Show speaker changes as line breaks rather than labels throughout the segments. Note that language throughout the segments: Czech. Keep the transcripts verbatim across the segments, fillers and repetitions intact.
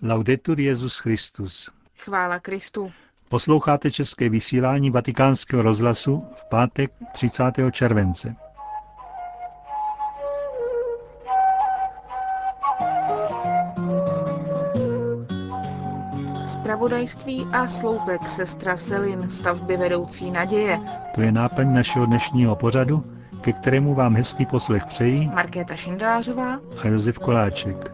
Laudetur Jesus Christus.
Chvála Kristu.
Posloucháte české vysílání Vatikánského rozhlasu v pátek třicátého července.
Zpravodajství a sloupek sestra Selin, stavby vedoucí naděje.
To je náplň našeho dnešního pořadu, ke kterému vám hezký poslech přejí
Markéta Šindelářová
a Josef Koláček.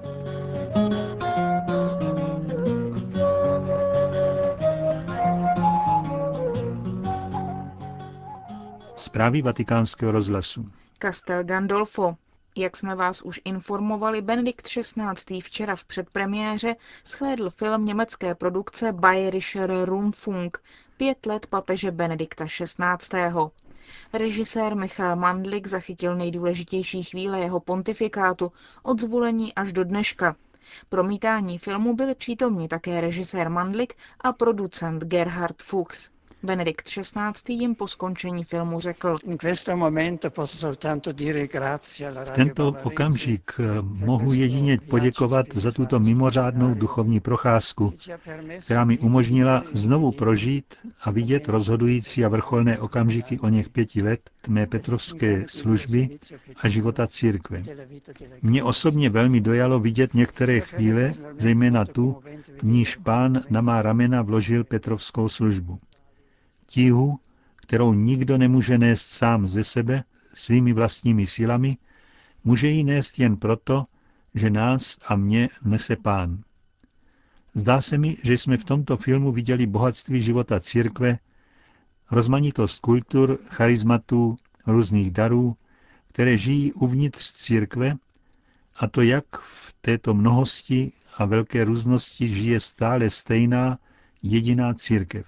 Zprávy Vatikánského rozhlasu.
Castel Gandolfo. Jak jsme vás už informovali, Benedikt šestnáctý. včera v předpremiéře shlédl film německé produkce Bayerischer Rundfunk, pět let papeže Benedikta šestnáctého. Režisér Michael Mandlik zachytil nejdůležitější chvíle jeho pontifikátu od zvolení až do dneška. Promítání filmu byli přítomni také režisér Mandlik a producent Gerhard Fuchs. Benedikt šestnáctý. jim po skončení filmu řekl:
V tento okamžik mohu jedině poděkovat za tuto mimořádnou duchovní procházku, která mi umožnila znovu prožít a vidět rozhodující a vrcholné okamžiky o něch pěti let mé petrovské služby a života církve. Mně osobně velmi dojalo vidět některé chvíle, zejména tu, v níž Pán na má ramena vložil petrovskou službu. Tíhu, kterou nikdo nemůže nést sám ze sebe svými vlastními silami, může ji nést jen proto, že nás a mě nese Pán. Zdá se mi, že jsme v tomto filmu viděli bohatství života církve, rozmanitost kultur, charizmatů, různých darů, které žijí uvnitř církve, a to jak v této mnohosti a velké různosti žije stále stejná jediná církev.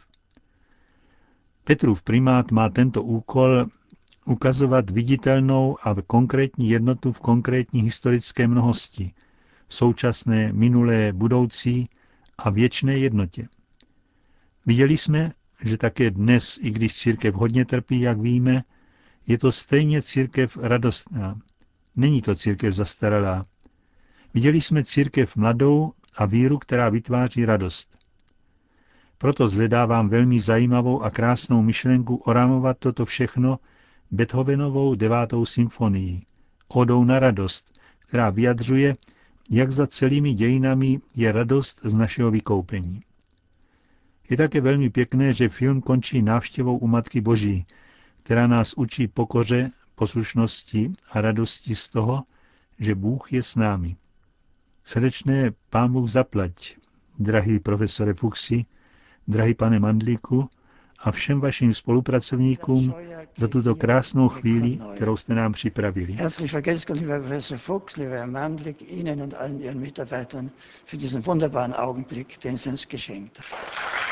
Petrův primát má tento úkol ukazovat viditelnou a konkrétní jednotu v konkrétní historické mnohosti, současné, minulé, budoucí a věčné jednotě. Viděli jsme, že také dnes, i když církev hodně trpí, jak víme, je to stejně církev radostná. Není to církev zastaralá. Viděli jsme církev mladou a víru, která vytváří radost. Proto zhledávám velmi zajímavou a krásnou myšlenku oramovat toto všechno Beethovenovou devátou symfonií, odou na radost, která vyjadřuje, jak za celými dějinami je radost z našeho vykoupení. Je také velmi pěkné, že film končí návštěvou u Matky Boží, která nás učí pokoře, poslušnosti a radosti z toho, že Bůh je s námi. Srdečné Pán Bůh zaplať, drahý profesore Fuchsi, drahý pane Mandlíku a všem vašim spolupracovníkům za tuto krásnou chvíli, kterou jste nám připravili.
Herzlich vergelt's, lieber Professor Fuchs, lieber Herr Mandlik, Ihnen und allen Ihren Mitarbeitern für diesen wunderbaren Augenblick, den Sie uns geschenkt haben.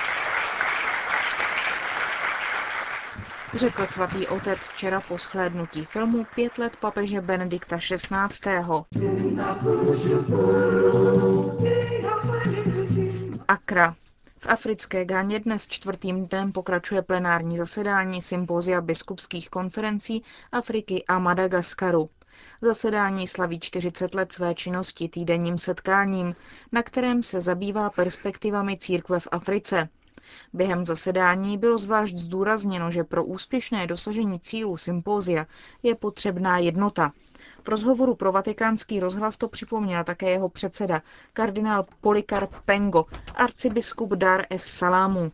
Řekl svatý otec včera po shlédnutí filmu Pět let papeže Benedikta šestnáctého. Accra. V africké Ghaně dnes čtvrtým dnem pokračuje plenární zasedání Sympózia biskupských konferencí Afriky a Madagaskaru. Zasedání slaví čtyřicet let své činnosti týdenním setkáním, na kterém se zabývá perspektivami církve v Africe. Během zasedání bylo zvlášť zdůrazněno, že pro úspěšné dosažení cílů sympózia je potřebná jednota. V rozhovoru pro Vatikánský rozhlas to připomněl také jeho předseda, kardinál Policarp Pengo, arcibiskup Dar es Salamu.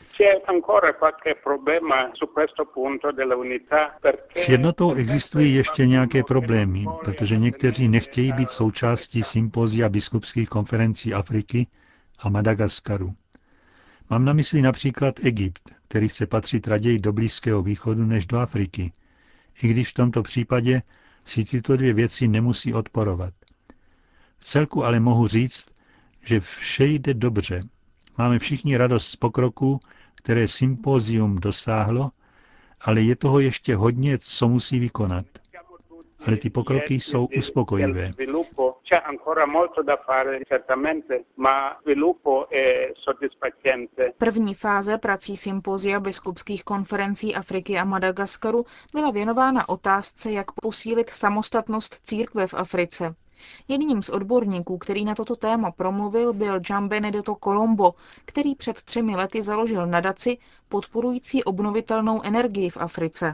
S jednotou existují ještě nějaké problémy, protože někteří nechtějí být součástí sympózia biskupských konferencí Afriky a Madagaskaru. Mám na mysli například Egypt, který se patří raději do Blízkého východu než do Afriky, i když v tomto případě si tyto dvě věci nemusí odporovat. V celku ale mohu říct, že vše jde dobře. Máme všichni radost z pokroku, které sympózium dosáhlo, ale je toho ještě hodně, co musí vykonat. Ale ty pokroky jsou uspokojivé.
První fáze prací sympózia biskupských konferencí Afriky a Madagaskaru byla věnována otázce, jak posílit samostatnost církve v Africe. Jedním z odborníků, který na toto téma promluvil, byl Gian Benedetto Colombo, který před třemi lety založil nadaci podporující obnovitelnou energii v Africe.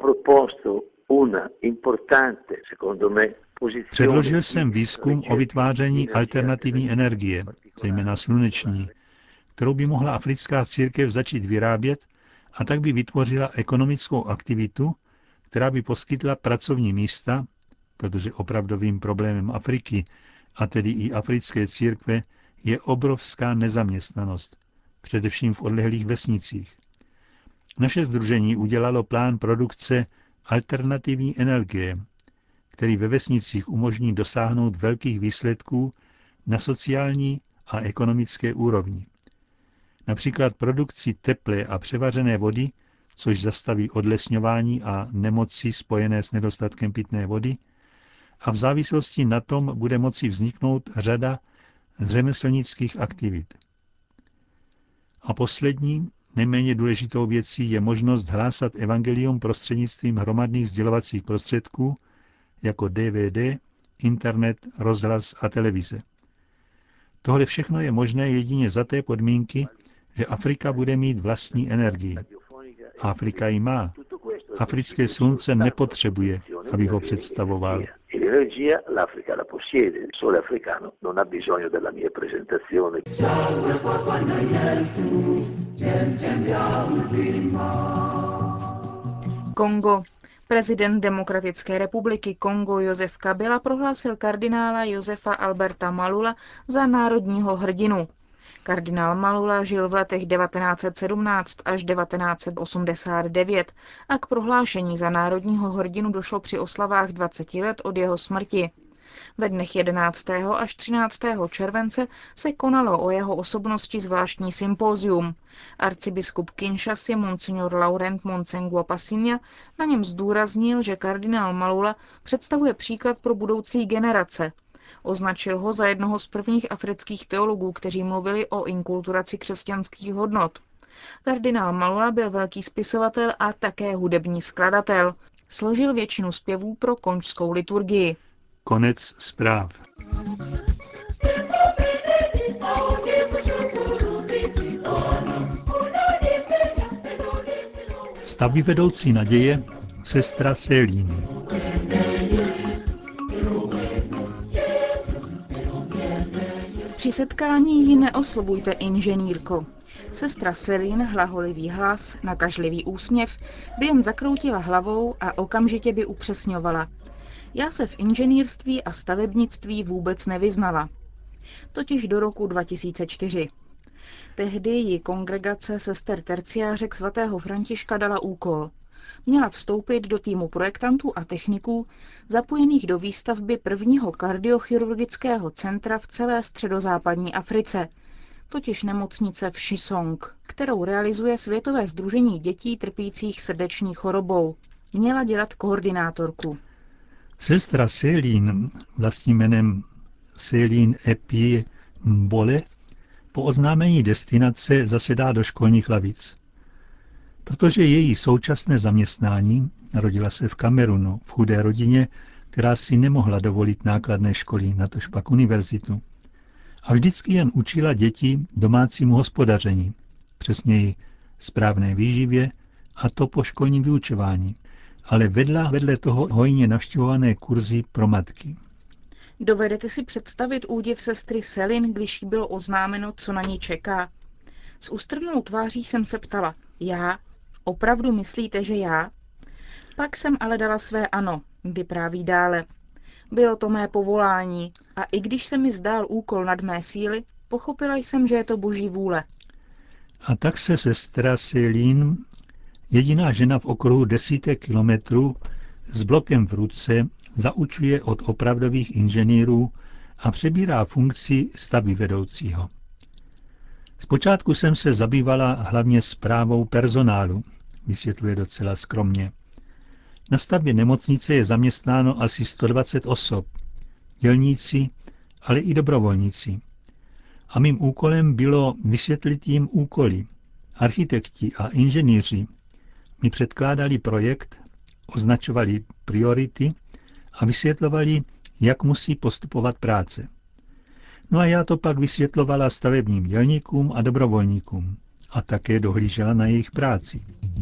Předložil jsem výzkum o vytváření alternativní energie, zejména sluneční, kterou by mohla africká církev začít vyrábět a tak by vytvořila ekonomickou aktivitu, která by poskytla pracovní místa, protože opravdovým problémem Afriky, a tedy i africké církve, je obrovská nezaměstnanost, především v odlehlých vesnicích. Naše sdružení udělalo plán produkce alternativní energie, který ve vesnicích umožní dosáhnout velkých výsledků na sociální a ekonomické úrovni. Například produkci teplé a převařené vody, což zastaví odlesňování a nemoci spojené s nedostatkem pitné vody, a v závislosti na tom bude moci vzniknout řada řemeslnických aktivit. A poslední, neméně důležitou věcí je možnost hlásat evangelium prostřednictvím hromadných sdělovacích prostředků, jako D V D, internet, rozhlas a televize. Tohle všechno je možné jedině za té podmínky, že Afrika bude mít vlastní energii. Afrika ji má. Africké slunce nepotřebuje, abych ho představoval.
Kongo. Prezident Demokratické republiky Kongo Joseph Kabila prohlásil kardinála Josefa Alberta Malula za národního hrdinu. Kardinál Malula žil v letech devatenáct set sedmnáct až devatenáct set osmdesát devět a k prohlášení za národního hrdinu došlo při oslavách dvaceti let od jeho smrti. Ve dnech jedenáctého až třináctého července se konalo o jeho osobnosti zvláštní sympózium. Arcibiskup Kinshasy Monsignor Laurent Monsengwo Pasinja na něm zdůraznil, že kardinál Malula představuje příklad pro budoucí generace. Označil ho za jednoho z prvních afrických teologů, kteří mluvili o inkulturaci křesťanských hodnot. Kardinál Malula byl velký spisovatel a také hudební skladatel. Složil většinu zpěvů pro konžskou liturgii.
Konec zpráv. Stavbyvedoucí naděje, sestra Céline.
Při setkání ji neoslovujte inženýrko. Sestra Céline, hlaholivý hlas, nakažlivý úsměv, by jen zakroutila hlavou a okamžitě by upřesňovala. Já se v inženýrství a stavebnictví vůbec nevyznala. Totiž do roku dva tisíce čtyři. Tehdy ji kongregace sester terciářek svatého Františka dala úkol. Měla vstoupit do týmu projektantů a techniků zapojených do výstavby prvního kardiochirurgického centra v celé středozápadní Africe, totiž nemocnice v Shisong, kterou realizuje Světové sdružení dětí trpících srdeční chorobou. Měla dělat koordinátorku.
Sestra Céline, vlastním jménem Céline Epie Mbole, po oznámení destinace zasedá do školních lavic. Protože její současné zaměstnání, narodila se v Kamerunu, v chudé rodině, která si nemohla dovolit nákladné školy, natož pak univerzitu. A vždycky jen učila děti domácímu hospodaření, přesněji správné výživě, a to po školním vyučování. Ale vedla vedle toho hojně navštěvované kurzy pro matky.
Dovedete si představit údiv sestry Selin, když jí bylo oznámeno, co na ní čeká? S ústrnou tváří jsem se ptala, já? Opravdu myslíte, že já? Pak jsem ale dala své ano, vypráví dále. Bylo to mé povolání a i když se mi zdál úkol nad mé síly, pochopila jsem, že je to boží vůle.
A tak se sestra Céline, jediná žena v okruhu desítek kilometrů, s blokem v ruce zaučuje od opravdových inženýrů a přebírá funkci stavbyvedoucího. Zpočátku jsem se zabývala hlavně správou personálu, vysvětluje docela skromně. Na stavbě nemocnice je zaměstnáno asi sto dvacet osob, dělníci, ale i dobrovolníci. A mým úkolem bylo vysvětlit jim úkoly. Architekti a inženýři mi předkládali projekt, označovali priority a vysvětlovali, jak musí postupovat práce. No a já to pak vysvětlovala stavebním dělníkům a dobrovolníkům a také dohlížela na jejich práci.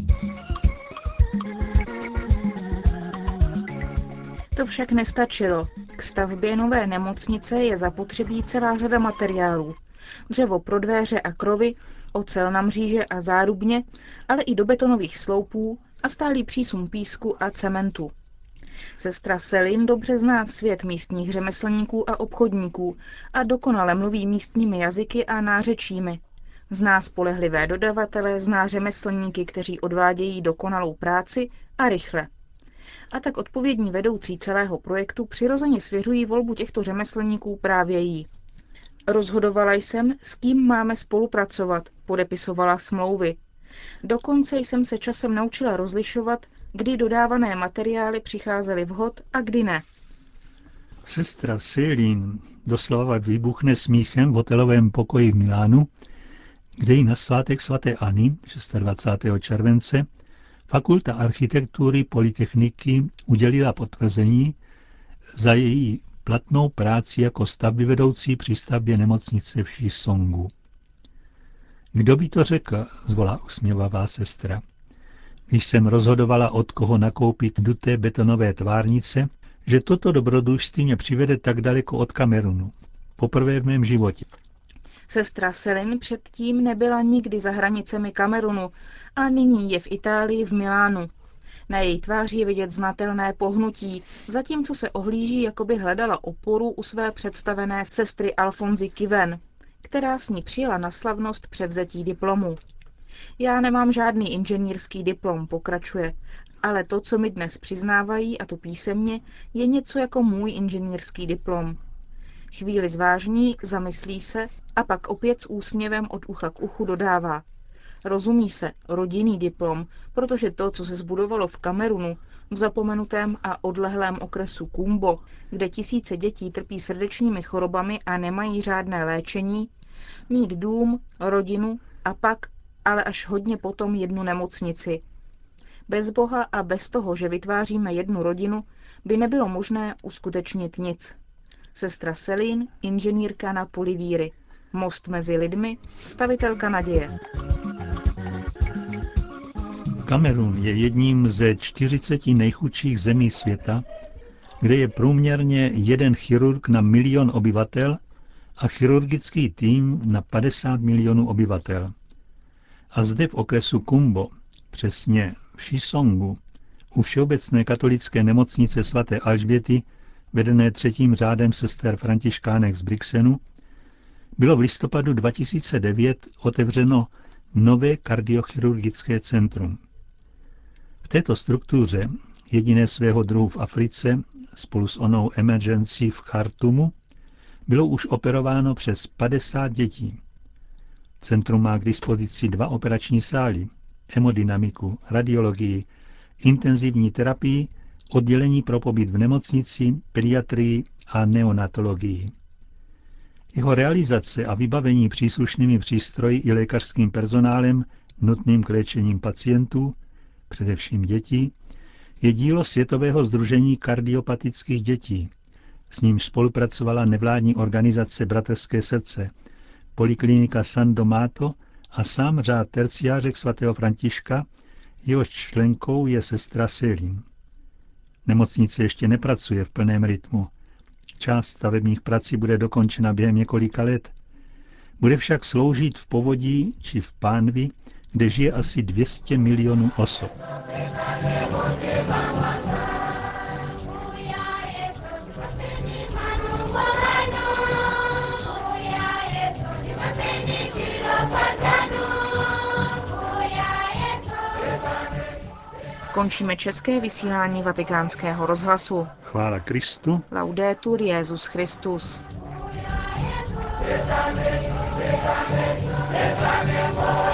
To však nestačilo. K stavbě nové nemocnice je zapotřebí celá řada materiálů. Dřevo pro dveře a krovy, ocel na mříže a zárubně, ale i do betonových sloupů a stálý přísun písku a cementu. Sestra Selin dobře zná svět místních řemeslníků a obchodníků a dokonale mluví místními jazyky a nářečími. Zná spolehlivé dodavatele, zná řemeslníky, kteří odvádějí dokonalou práci a rychle. A tak odpovědní vedoucí celého projektu přirozeně svěřují volbu těchto řemeslníků právě jí. Rozhodovala jsem, s kým máme spolupracovat, podepisovala smlouvy. Dokonce jsem se časem naučila rozlišovat, kdy dodávané materiály přicházely vhod a kdy ne.
Sestra Selin doslova vybuchne smíchem v hotelovém pokoji v Milánu, kde jí na svátek svaté Anny dvacátého šestého července Fakulta architektury Polytechniky udělila potvrzení za její platnou práci jako stavbyvedoucí při stavbě nemocnice v Šisongu. Kdo by to řekl, zvolá usměvavá sestra. Když jsem rozhodovala, od koho nakoupit duté betonové tvárnice, že toto dobrodružství mě přivede tak daleko od Kamerunu. Poprvé v mém životě.
Sestra Selin předtím nebyla nikdy za hranicemi Kamerunu a nyní je v Itálii v Milánu. Na její tváři je vidět znatelné pohnutí, zatímco se ohlíží, jako by hledala oporu u své představené sestry Alfonzy Kiven, která s ní přijela na slavnost převzetí diplomu. Já nemám žádný inženýrský diplom, pokračuje, ale to, co mi dnes přiznávají, a to písemně, je něco jako můj inženýrský diplom. Chvíli zvážní, zamyslí se a pak opět s úsměvem od ucha k uchu dodává. Rozumí se, rodinný diplom, protože to, co se zbudovalo v Kamerunu, v zapomenutém a odlehlém okresu Kumbo, kde tisíce dětí trpí srdečními chorobami a nemají žádné léčení, mít dům, rodinu a pak, ale až hodně potom jednu nemocnici. Bez Boha a bez toho, že vytváříme jednu rodinu, by nebylo možné uskutečnit nic. Sestra Selin, inženýrka na poli víry. Most mezi lidmi, stavitelka naděje.
Kamerun je jedním ze čtyřiceti nejchudších zemí světa, kde je průměrně jeden chirurg na milion obyvatel a chirurgický tým na padesát milionů obyvatel. A zde v okresu Kumbo, přesně v Šisongu, u Všeobecné katolické nemocnice svaté Alžběty, vedené třetím řádem sester františkánek z Brixenu, bylo v listopadu dva tisíce devět otevřeno nové kardiochirurgické centrum. V této struktuře, jediné svého druhu v Africe, spolu s onou emergency v Chartumu, bylo už operováno přes padesát dětí. Centrum má k dispozici dva operační sály, hemodynamiku, radiologii, intenzivní terapii, oddělení pro pobyt v nemocnici, pediatrii a neonatologii. Jeho realizace a vybavení příslušnými přístroji i lékařským personálem nutným k léčením pacientů, především dětí, je dílo Světového sdružení kardiopatických dětí. S ním spolupracovala nevládní organizace Bratrské srdce, Poliklinika San Domato a sám řád terciářek svatého Františka, jehož členkou je sestra Selin. Nemocnice ještě nepracuje v plném rytmu. Část stavebních prací bude dokončena během několika let. Bude však sloužit v Povodí či v Pánvi, kde žije asi dvě stě milionů osob.
Končíme české vysílání Vatikánského rozhlasu.
Chvála Kristu.
Laudetur Jesus Christus.